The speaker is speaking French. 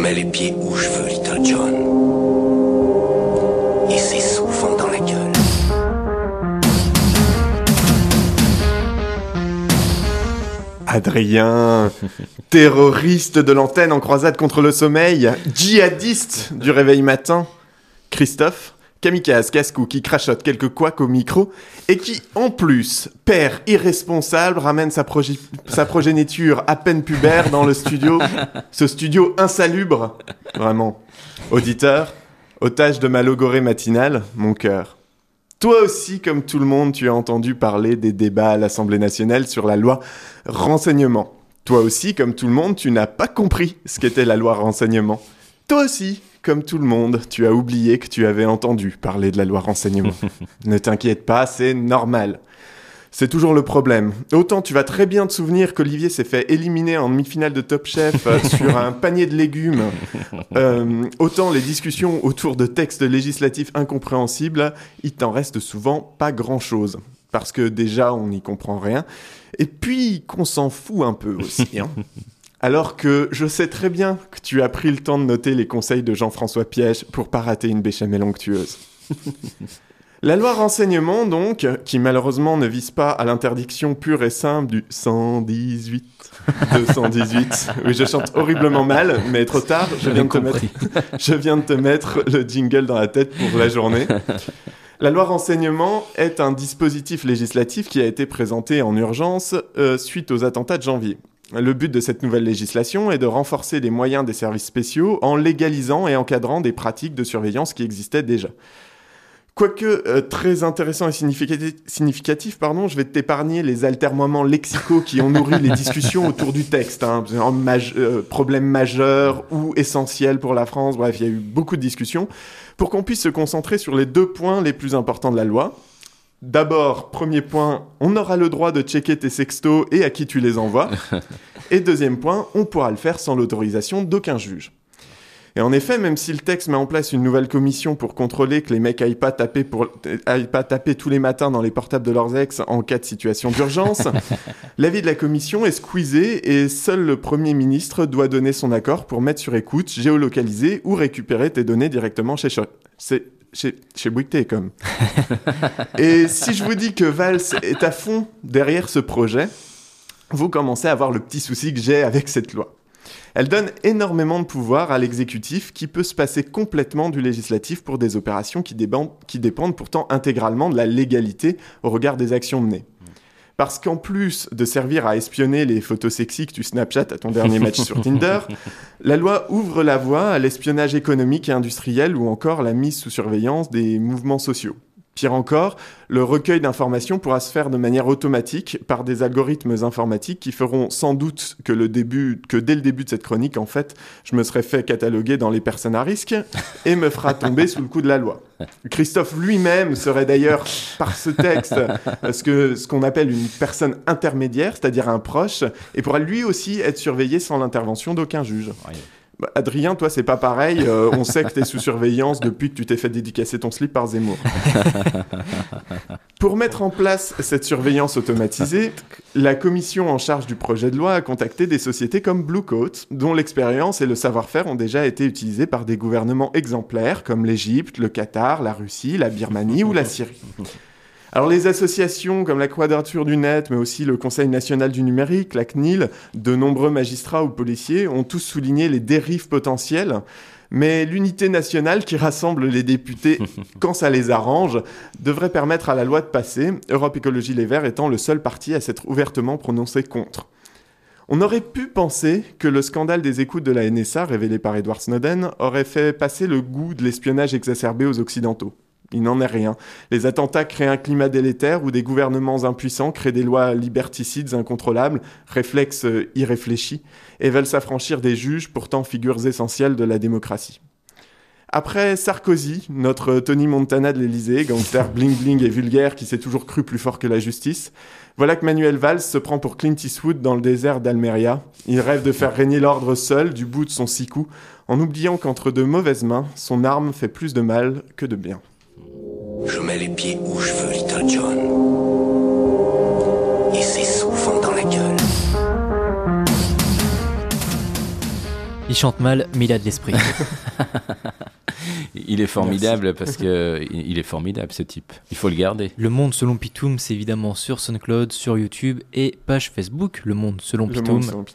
mets les pieds où je veux, Little John. Et c'est souvent dans la gueule. Adrien, terroriste de l'antenne en croisade contre le sommeil, djihadiste du réveil matin. Christophe, kamikaze, casse-cou, qui crachote quelques couacs au micro et qui, en plus, père irresponsable, ramène sa progéniture à peine pubère dans le studio, ce studio insalubre. Vraiment. Auditeur, otage de ma logorée matinale, mon cœur. Toi aussi, comme tout le monde, tu as entendu parler des débats à l'Assemblée nationale sur la loi renseignement. Toi aussi, comme tout le monde, tu n'as pas compris ce qu'était la loi renseignement. Toi aussi, comme tout le monde, tu as oublié que tu avais entendu parler de la loi renseignement. Ne t'inquiète pas, c'est normal. C'est toujours le problème. Autant tu vas très bien te souvenir qu'Olivier s'est fait éliminer en demi-finale de Top Chef sur un panier de légumes. Autant les discussions autour de textes législatifs incompréhensibles, il t'en reste souvent pas grand-chose. Parce que déjà, on n'y comprend rien. Et puis, qu'on s'en fout un peu aussi. Hein. Alors que je sais très bien que tu as pris le temps de noter les conseils de Jean-François Piège pour pas rater une béchamel onctueuse. La loi renseignement, donc, qui malheureusement ne vise pas à l'interdiction pure et simple du 118. Oui, je chante horriblement mal, mais trop tard, je viens de te mettre le jingle dans la tête pour la journée. La loi renseignement est un dispositif législatif qui a été présenté en urgence suite aux attentats de janvier. Le but de cette nouvelle législation est de renforcer les moyens des services spéciaux en légalisant et encadrant des pratiques de surveillance qui existaient déjà. Quoique très intéressant et significatif, je vais t'épargner les altermoiements lexicaux qui ont nourri les discussions autour du texte. Problème majeur ou essentiel pour la France, bref, il y a eu beaucoup de discussions, pour qu'on puisse se concentrer sur les 2 points les plus importants de la loi. D'abord, premier point, on aura le droit de checker tes sextos et à qui tu les envoies. Et deuxième point, on pourra le faire sans l'autorisation d'aucun juge. Et en effet, même si le texte met en place une nouvelle commission pour contrôler que les mecs aillent pas taper tous les matins dans les portables de leurs ex en cas de situation d'urgence, l'avis de la commission est squeezé et seul le Premier ministre doit donner son accord pour mettre sur écoute, géolocaliser ou récupérer tes données directement chez Bouygues Telecom. Et si je vous dis que Valls est à fond derrière ce projet, vous commencez à voir le petit souci que j'ai avec cette loi. Elle donne énormément de pouvoir à l'exécutif qui peut se passer complètement du législatif pour des opérations qui dépendent pourtant intégralement de la légalité au regard des actions menées. Parce qu'en plus de servir à espionner les photos sexy que tu Snapchat à ton dernier match sur Tinder, la loi ouvre la voie à l'espionnage économique et industriel ou encore la mise sous surveillance des mouvements sociaux. Pire encore, le recueil d'informations pourra se faire de manière automatique par des algorithmes informatiques qui feront sans doute que dès le début de cette chronique, en fait, je me serais fait cataloguer dans les personnes à risque et me fera tomber sous le coup de la loi. Christophe lui-même serait d'ailleurs, par ce texte, ce qu'on appelle une personne intermédiaire, c'est-à-dire un proche, et pourra lui aussi être surveillé sans l'intervention d'aucun juge. Oui. Bah, Adrien, toi, c'est pas pareil. On sait que t'es sous surveillance depuis que tu t'es fait dédicacer ton slip par Zemmour. Pour mettre en place cette surveillance automatisée, la commission en charge du projet de loi a contacté des sociétés comme Blue Coat, dont l'expérience et le savoir-faire ont déjà été utilisés par des gouvernements exemplaires comme l'Égypte, le Qatar, la Russie, la Birmanie ou la Syrie. Alors les associations comme la Quadrature du Net, mais aussi le Conseil national du numérique, la CNIL, de nombreux magistrats ou policiers ont tous souligné les dérives potentielles, mais l'unité nationale qui rassemble les députés quand ça les arrange devrait permettre à la loi de passer, Europe Écologie Les Verts étant le seul parti à s'être ouvertement prononcé contre. On aurait pu penser que le scandale des écoutes de la NSA révélé par Edward Snowden aurait fait passer le goût de l'espionnage exacerbé aux Occidentaux. Il n'en est rien. Les attentats créent un climat délétère où des gouvernements impuissants créent des lois liberticides incontrôlables, réflexes irréfléchis, et veulent s'affranchir des juges, pourtant figures essentielles de la démocratie. Après Sarkozy, notre Tony Montana de l'Élysée, gangster bling-bling et vulgaire qui s'est toujours cru plus fort que la justice, voilà que Manuel Valls se prend pour Clint Eastwood dans le désert d'Almeria. Il rêve de faire régner l'ordre seul, du bout de son 6 coups, en oubliant qu'entre de mauvaises mains, son arme fait plus de mal que de bien. Je mets les pieds où je veux, Little John. Et c'est souvent dans la gueule. Il chante mal, mais il a de l'esprit. Il est formidable parce que il est formidable ce type. Il faut le garder. Le Monde selon Pitoum, c'est évidemment sur SoundCloud, sur YouTube et page Facebook Le Monde selon Le Pitoum. monde selon